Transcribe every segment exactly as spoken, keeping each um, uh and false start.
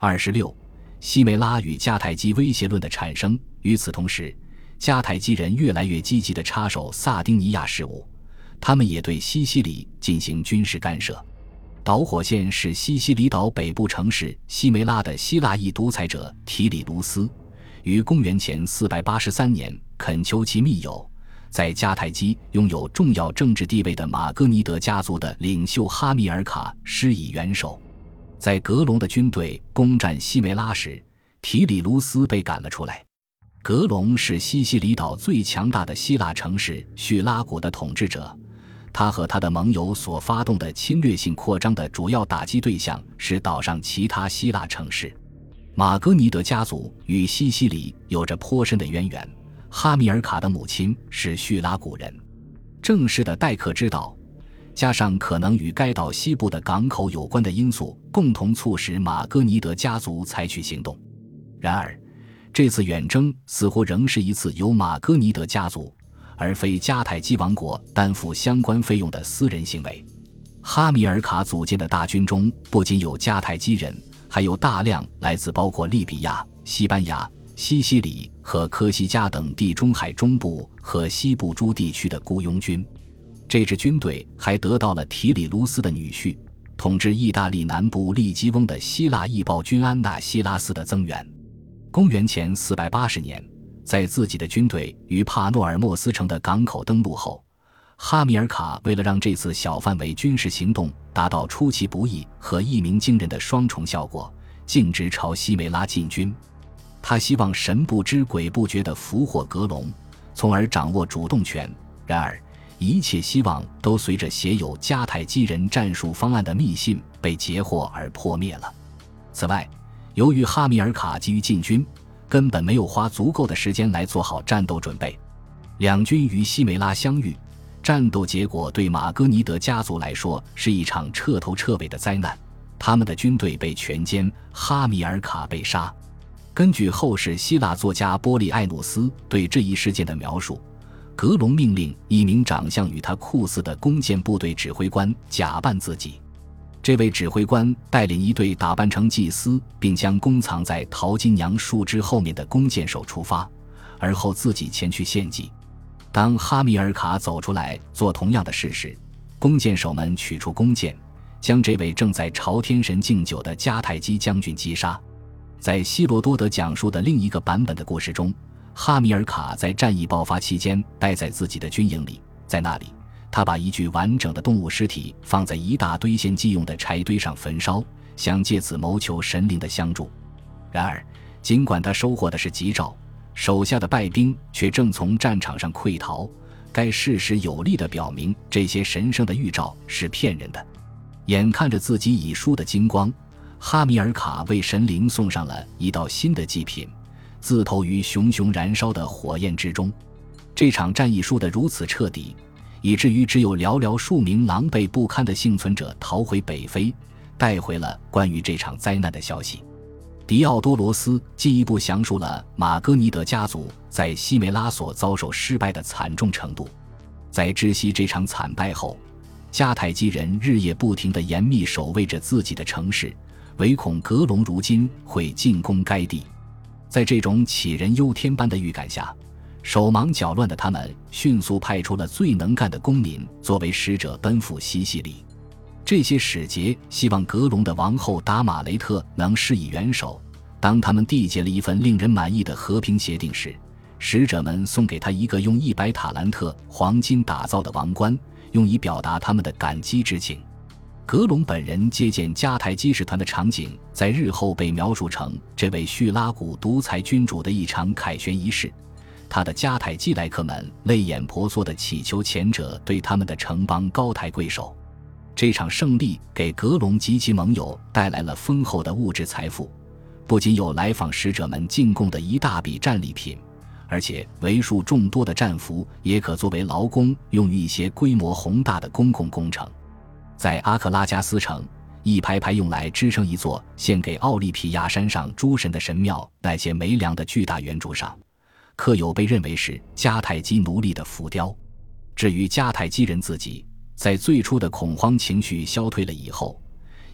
二十六，西梅拉与迦太基威胁论的产生。与此同时，迦太基人越来越积极地插手萨丁尼亚事务，他们也对西西里进行军事干涉。导火线是西西里岛北部城市西梅拉的希腊裔独裁者提里卢斯，于公元前四百八十三年恳求其密友，在迦太基拥有重要政治地位的马哥尼德家族的领袖哈米尔卡施以援手。在格隆的军队攻占西梅拉时，提里卢斯被赶了出来。格隆是西西里岛最强大的希腊城市叙拉古的统治者，他和他的盟友所发动的侵略性扩张的主要打击对象是岛上其他希腊城市。马哥尼德家族与西西里有着颇深的渊源，哈米尔卡的母亲是叙拉古人。正式的待客之道加上可能与该岛西部的港口有关的因素，共同促使马哥尼德家族采取行动。然而这次远征似乎仍是一次由马哥尼德家族而非迦太基王国担负相关费用的私人行为。哈米尔卡组建的大军中不仅有迦太基人，还有大量来自包括利比亚、西班牙、西西里和科西嘉等地中海中部和西部诸地区的雇佣军。这支军队还得到了提里卢斯的女婿，统治意大利南部利基翁的希腊义暴君安纳西拉斯的增援。公元前四百八十年，在自己的军队于帕诺尔莫斯城的港口登陆后，哈米尔卡为了让这次小范围军事行动达到出其不意和一鸣惊人的双重效果，径直朝西梅拉进军。他希望神不知鬼不觉地俘获格隆，从而掌握主动权。然而一切希望都随着写有迦太基人战术方案的密信被截获而破灭了。此外，由于哈米尔卡急于进军，根本没有花足够的时间来做好战斗准备。两军于西梅拉相遇，战斗结果对马哥尼德家族来说是一场彻头彻尾的灾难，他们的军队被全歼，哈米尔卡被杀。根据后世希腊作家波利艾努斯对这一事件的描述，格隆命令一名长相与他酷似的弓箭部队指挥官假扮自己。这位指挥官带领一队打扮成祭司并将弓藏在桃金娘树枝后面的弓箭手出发，而后自己前去献祭。当哈米尔卡走出来做同样的事时，弓箭手们取出弓箭，将这位正在朝天神敬酒的迦太基将军击杀。在希罗多德讲述的另一个版本的故事中，哈米尔卡在战役爆发期间待在自己的军营里，在那里他把一具完整的动物尸体放在一大堆献祭用的柴堆上焚烧，想借此谋求神灵的相助。然而尽管他收获的是吉兆，手下的败兵却正从战场上溃逃，该事实有力地表明这些神圣的预兆是骗人的。眼看着自己已输的精光，哈米尔卡为神灵送上了一道新的祭品，自投于熊熊燃烧的火焰之中。这场战役输得如此彻底，以至于只有寥寥数名狼狈不堪的幸存者逃回北非，带回了关于这场灾难的消息。迪奥多罗斯进一步详述了马哥尼德家族在西梅拉所遭受失败的惨重程度。在知悉这场惨败后，迦太基人日夜不停地严密守卫着自己的城市，唯恐格隆如今会进攻该地。在这种杞人忧天般的预感下，手忙脚乱的他们迅速派出了最能干的公民作为使者奔赴西西里。这些使节希望格隆的王后达马雷特能施以援手。当他们缔结了一份令人满意的和平协定时，使者们送给他一个用一百塔兰特黄金打造的王冠，用以表达他们的感激之情。格隆本人接见迦太基使团的场景在日后被描述成这位叙拉古独裁君主的一场凯旋仪式，他的迦太基来客们泪眼婆娑地祈求前者对他们的城邦高抬贵手。这场胜利给格隆及其盟友带来了丰厚的物质财富，不仅有来访使者们进贡的一大笔战利品，而且为数众多的战俘也可作为劳工用于一些规模宏大的公共工程。在阿克拉加斯城，一排排用来支撑一座献给奥利皮亚山上诸神的神庙那些煤梁的巨大圆柱上，刻有被认为是迦太基奴隶的浮雕。至于迦太基人自己，在最初的恐慌情绪消退了以后，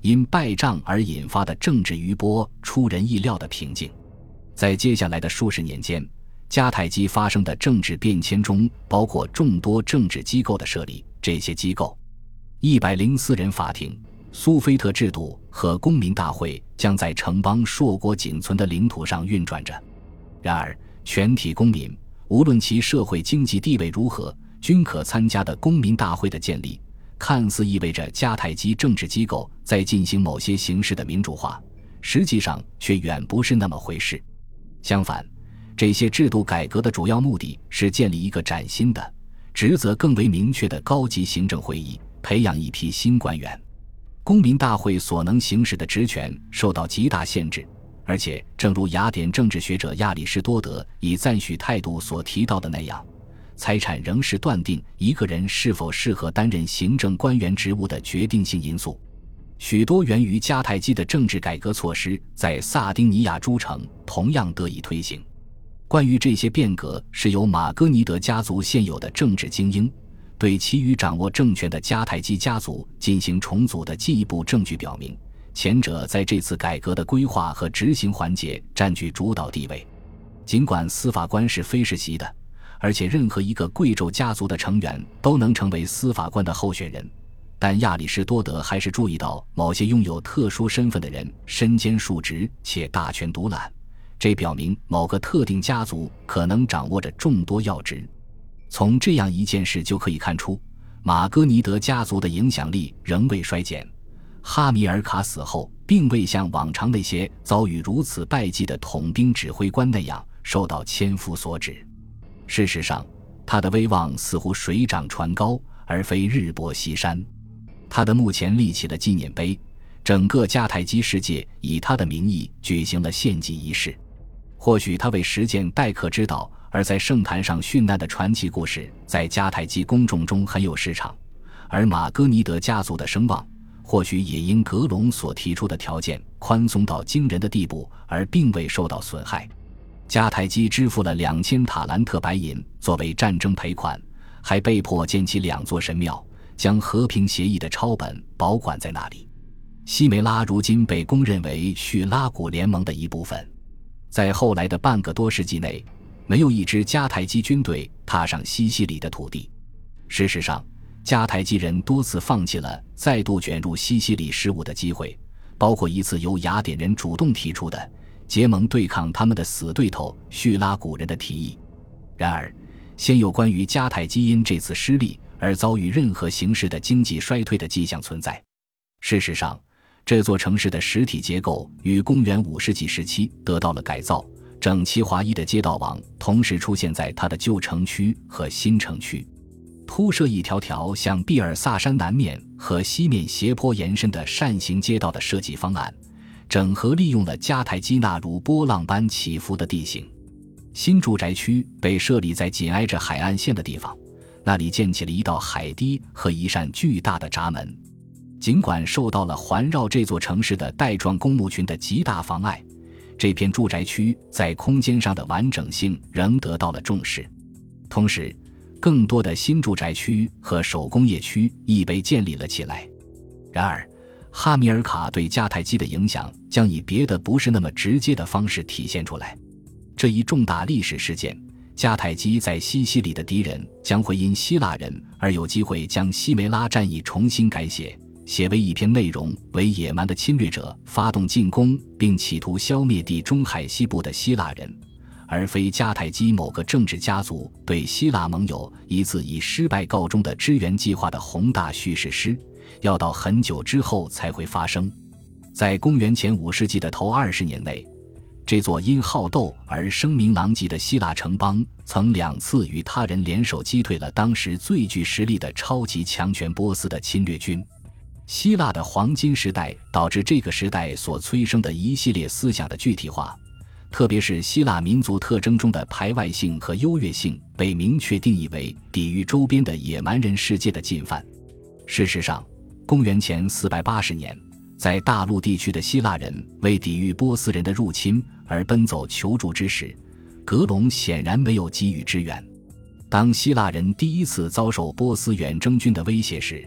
因败仗而引发的政治余波出人意料的平静。在接下来的数十年间，迦太基发生的政治变迁中包括众多政治机构的设立，这些机构一百零四人法庭、苏菲特制度和公民大会将在城邦硕果仅存的领土上运转着。然而全体公民无论其社会经济地位如何，均可参加的公民大会的建立，看似意味着迦太基政治机构在进行某些形式的民主化，实际上却远不是那么回事。相反，这些制度改革的主要目的是建立一个崭新的、职责更为明确的高级行政会议，培养一批新官员。公民大会所能行使的职权受到极大限制，而且正如雅典政治学者亚里士多德以赞许态度所提到的那样，财产仍是断定一个人是否适合担任行政官员职务的决定性因素。许多源于迦太基的政治改革措施在萨丁尼亚诸城同样得以推行。关于这些变革是由马哥尼德家族现有的政治精英对其余掌握政权的迦太基家族进行重组的进一步证据表明，前者在这次改革的规划和执行环节占据主导地位。尽管司法官是非世袭的，而且任何一个贵胄家族的成员都能成为司法官的候选人，但亚里士多德还是注意到某些拥有特殊身份的人身兼数职且大权独揽，这表明某个特定家族可能掌握着众多要职。从这样一件事就可以看出，马哥尼德家族的影响力仍未衰减。哈米尔卡死后并未像往常那些遭遇如此败绩的统兵指挥官那样受到千夫所指。事实上，他的威望似乎水涨船高，而非日薄西山。他的墓前立起了纪念碑，整个迦太基世界以他的名义举行了献祭仪式。或许他为实践待客之道而在圣坛上殉难的传奇故事在迦太基公众中很有市场，而马哥尼德家族的声望或许也因格隆所提出的条件宽松到惊人的地步而并未受到损害。迦太基支付了两千塔兰特白银作为战争赔款，还被迫建起两座神庙，将和平协议的抄本保管在那里。西梅拉如今被公认为叙拉古联盟的一部分。在后来的半个多世纪内，没有一支迦太基军队踏上西西里的土地。事实上，迦太基人多次放弃了再度卷入西西里事务的机会，包括一次由雅典人主动提出的结盟对抗他们的死对头叙拉古人的提议。然而，先有关于迦太基因这次失利而遭遇任何形式的经济衰退的迹象存在。事实上，这座城市的实体结构于公元五世纪时期得到了改造，整齐划一的街道网同时出现在它的旧城区和新城区，铺设一条条向毕尔萨山南面和西面斜坡延伸的扇形街道的设计方案，整合利用了迦太基那如波浪般起伏的地形。新住宅区被设立在紧挨着海岸线的地方，那里建起了一道海堤和一扇巨大的闸门。尽管受到了环绕这座城市的带状公墓群的极大妨碍，这片住宅区在空间上的完整性仍得到了重视。同时，更多的新住宅区和手工业区亦被建立了起来。然而，哈米尔卡对迦太基的影响将以别的不是那么直接的方式体现出来。这一重大历史事件，迦太基在西西里的敌人将会因希腊人而有机会将西梅拉战役重新改写，写为一篇内容为野蛮的侵略者发动进攻并企图消灭地中海西部的希腊人，而非迦太基某个政治家族对希腊盟友一次以失败告终的支援计划的宏大叙事诗，要到很久之后才会发生。在公元前五世纪的头二十年内，这座因好斗而声名狼藉的希腊城邦曾两次与他人联手击退了当时最具实力的超级强权波斯的侵略军。希腊的黄金时代导致这个时代所催生的一系列思想的具体化，特别是希腊民族特征中的排外性和优越性被明确定义为抵御周边的野蛮人世界的进犯。事实上，公元前四百八十年，在大陆地区的希腊人为抵御波斯人的入侵而奔走求助之时，格隆显然没有给予支援。当希腊人第一次遭受波斯远征军的威胁时，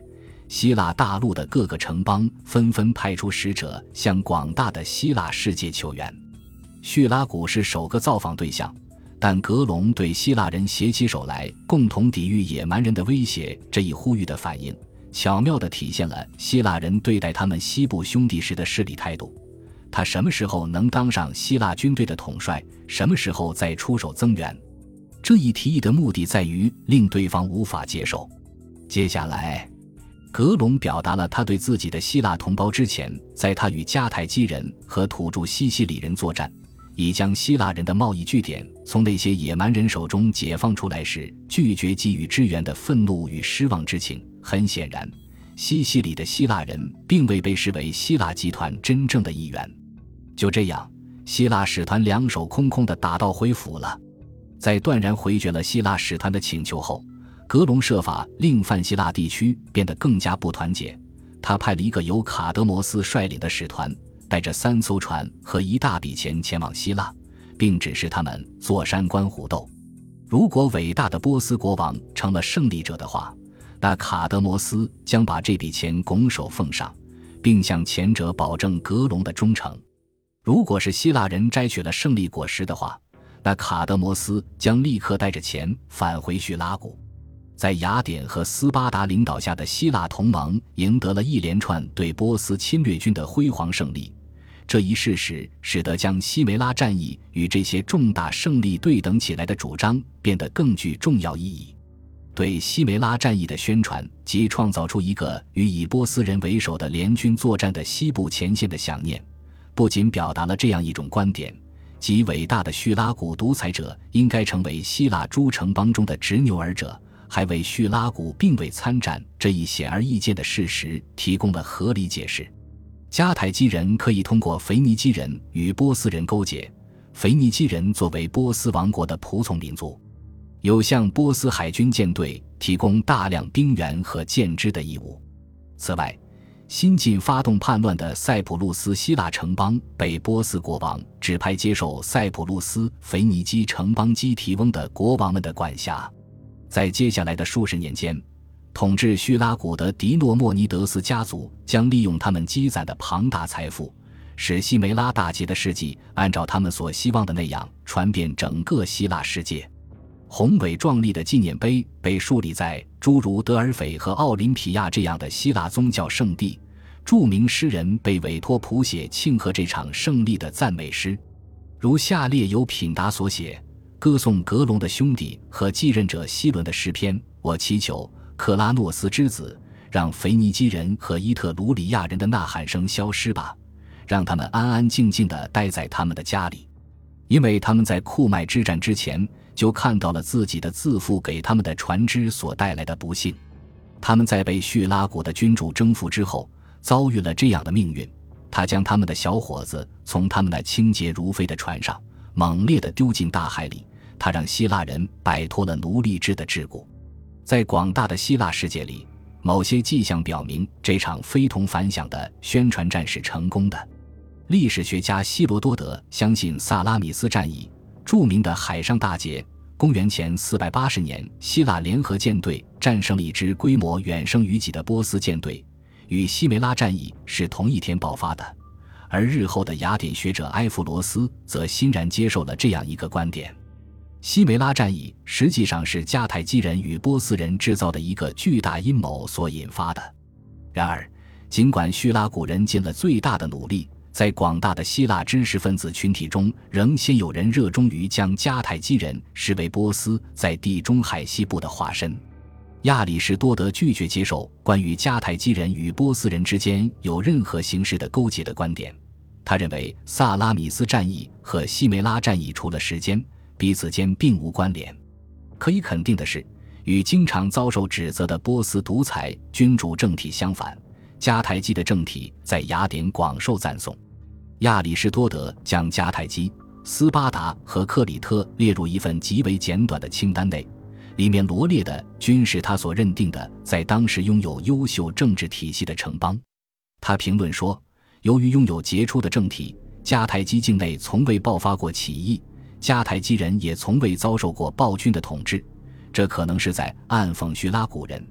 希腊大陆的各个城邦纷纷派出使者向广大的希腊世界求援。叙拉古是首个造访对象，但格隆对希腊人携起手来共同抵御野蛮人的威胁这一呼吁的反应，巧妙地体现了希腊人对待他们西部兄弟时的势力态度。他什么时候能当上希腊军队的统帅，什么时候再出手增援。这一提议的目的在于令对方无法接受。接下来，格隆表达了他对自己的希腊同胞之前在他与迦太基人和土著西西里人作战，以将希腊人的贸易据点从那些野蛮人手中解放出来时拒绝给予支援的愤怒与失望之情。很显然，西西里的希腊人并未被视为希腊集团真正的一员。就这样，希腊使团两手空空地打道回府了。在断然回绝了希腊使团的请求后，格隆设法令泛希腊地区变得更加不团结。他派了一个由卡德摩斯率领的使团，带着三艘船和一大笔钱前往希腊，并指示他们坐山观虎斗。如果伟大的波斯国王成了胜利者的话，那卡德摩斯将把这笔钱拱手奉上，并向前者保证格隆的忠诚。如果是希腊人摘取了胜利果实的话，那卡德摩斯将立刻带着钱返回叙拉古。在雅典和斯巴达领导下的希腊同盟赢得了一连串对波斯侵略军的辉煌胜利，这一事实使得将西梅拉战役与这些重大胜利对等起来的主张变得更具重要意义。对西梅拉战役的宣传及创造出一个与以波斯人为首的联军作战的西部前线的想念，不仅表达了这样一种观点，即伟大的叙拉古独裁者应该成为希腊诸城邦中的执拗儿者，还为叙拉古并未参战这一显而易见的事实提供了合理解释。迦太基人可以通过腓尼基人与波斯人勾结，腓尼基人作为波斯王国的仆从民族，有向波斯海军舰队提供大量兵员和舰只的义务。此外，新近发动叛乱的塞浦路斯希腊城邦被波斯国王指派接受塞浦路斯腓尼基城邦基提翁的国王们的管辖。在接下来的数十年间，统治叙拉古的迪诺莫尼德斯家族将利用他们积攒的庞大财富，使西梅拉大捷的事迹按照他们所希望的那样传遍整个希腊世界。宏伟壮丽的纪念碑被树立在诸如德尔斐和奥林匹亚这样的希腊宗教圣地，著名诗人被委托谱写庆贺这场胜利的赞美诗，如下列由品达所写歌颂格隆的兄弟和继任者希伦的诗篇：我祈求克拉诺斯之子，让腓尼基人和伊特鲁里亚人的呐喊声消失吧，让他们安安静静地待在他们的家里，因为他们在库麦之战之前就看到了自己的自负给他们的船只所带来的不幸。他们在被叙拉古的君主征服之后遭遇了这样的命运，他将他们的小伙子从他们那清洁如飞的船上猛烈地丢进大海里，他让希腊人摆脱了奴隶制的桎梏。在广大的希腊世界里，某些迹象表明这场非同凡响的宣传战是成功的。历史学家希罗多德相信萨拉米斯战役，著名的海上大捷，公元前四百八十年希腊联合舰队战胜了一支规模远胜于己的波斯舰队，与西梅拉战役是同一天爆发的。而日后的雅典学者埃弗罗斯则欣然接受了这样一个观点：西梅拉战役实际上是迦太基人与波斯人制造的一个巨大阴谋所引发的。然而，尽管叙拉古人尽了最大的努力，在广大的希腊知识分子群体中仍鲜有人热衷于将迦太基人视为波斯在地中海西部的化身。亚里士多德拒绝接受关于迦太基人与波斯人之间有任何形式的勾结的观点，他认为萨拉米斯战役和西梅拉战役除了时间，彼此间并无关联。可以肯定的是，与经常遭受指责的波斯独裁君主政体相反，迦太基的政体在雅典广受赞颂。亚里士多德将迦太基、斯巴达和克里特列入一份极为简短的清单内，里面罗列的均是他所认定的在当时拥有优秀政治体系的城邦。他评论说，由于拥有杰出的政体，迦太基境内从未爆发过起义，迦太基人也从未遭受过暴君的统治，这可能是在暗讽叙拉古人。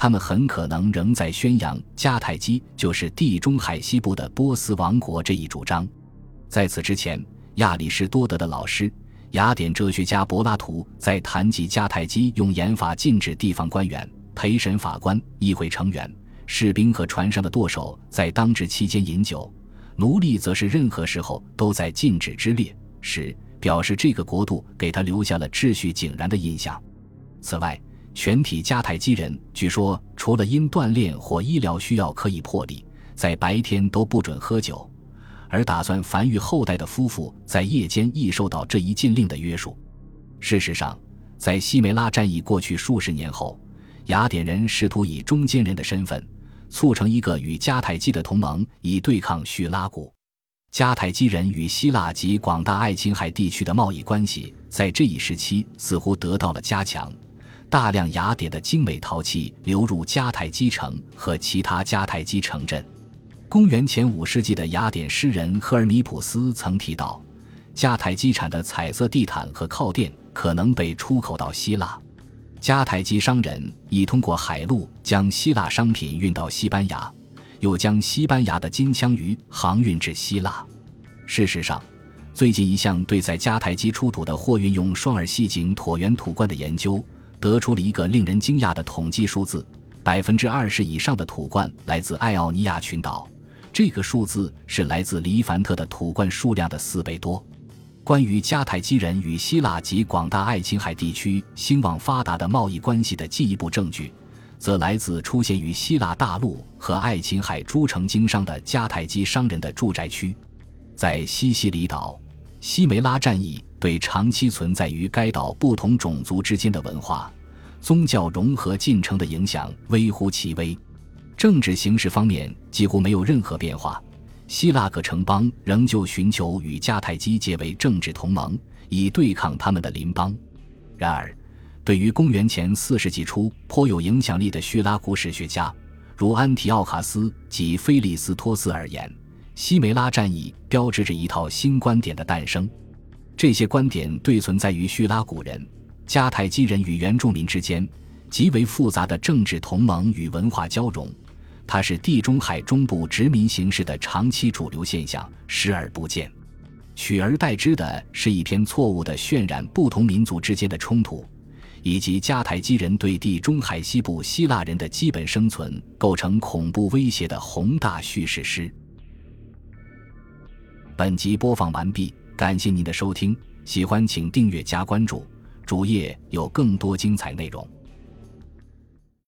他们很可能仍在宣扬迦太基就是地中海西部的波斯王国这一主张。在此之前，亚里士多德的老师雅典哲学家柏拉图在谈及迦太基用严法禁止地方官员、陪审法官、议会成员、士兵和船上的舵手在当值期间饮酒，奴隶则是任何时候都在禁止之列时，表示这个国度给他留下了秩序井然的印象。此外，全体迦太基人据说除了因锻炼或医疗需要可以破例，在白天都不准喝酒，而打算繁育后代的夫妇在夜间亦受到这一禁令的约束。事实上，在西梅拉战役过去数十年后，雅典人试图以中间人的身份促成一个与迦太基的同盟，以对抗叙拉古。迦太基人与希腊及广大爱琴海地区的贸易关系在这一时期似乎得到了加强，大量雅典的精美陶器流入迦太基城和其他迦太基城镇。公元前五世纪的雅典诗人赫尔米普斯曾提到，迦太基产的彩色地毯和靠垫可能被出口到希腊。迦太基商人已通过海路将希腊商品运到西班牙，又将西班牙的金枪鱼航运至希腊。事实上，最近一项对在迦太基出土的货运用双耳细颈椭圆土罐的研究得出了一个令人惊讶的统计数字： 百分之二十 以上的土罐来自爱奥尼亚群岛，这个数字是来自黎凡特的土罐数量的四倍多。关于迦太基人与希腊及广大爱琴海地区兴旺发达的贸易关系的进一步证据，则来自出现于希腊大陆和爱琴海诸城经商的迦太基商人的住宅区。在西西里岛，西梅拉战役对长期存在于该岛不同种族之间的文化、宗教融合进程的影响微乎其微。政治形势方面几乎没有任何变化，希腊各城邦仍旧寻求与迦太基结为政治同盟，以对抗他们的邻邦。然而，对于公元前四世纪初颇有影响力的叙拉古史学家，如安提奥卡斯及菲利斯托斯而言，西梅拉战役标志着一套新观点的诞生。这些观点对存在于叙拉古人、迦太基人与原住民之间极为复杂的政治同盟与文化交融，它是地中海中部殖民形势的长期主流现象，视而不见。取而代之的是一篇错误地渲染不同民族之间的冲突，以及迦太基人对地中海西部希腊人的基本生存构成恐怖威胁的宏大叙事诗。本集播放完毕，感谢您的收听，喜欢请订阅加关注，主页有更多精彩内容。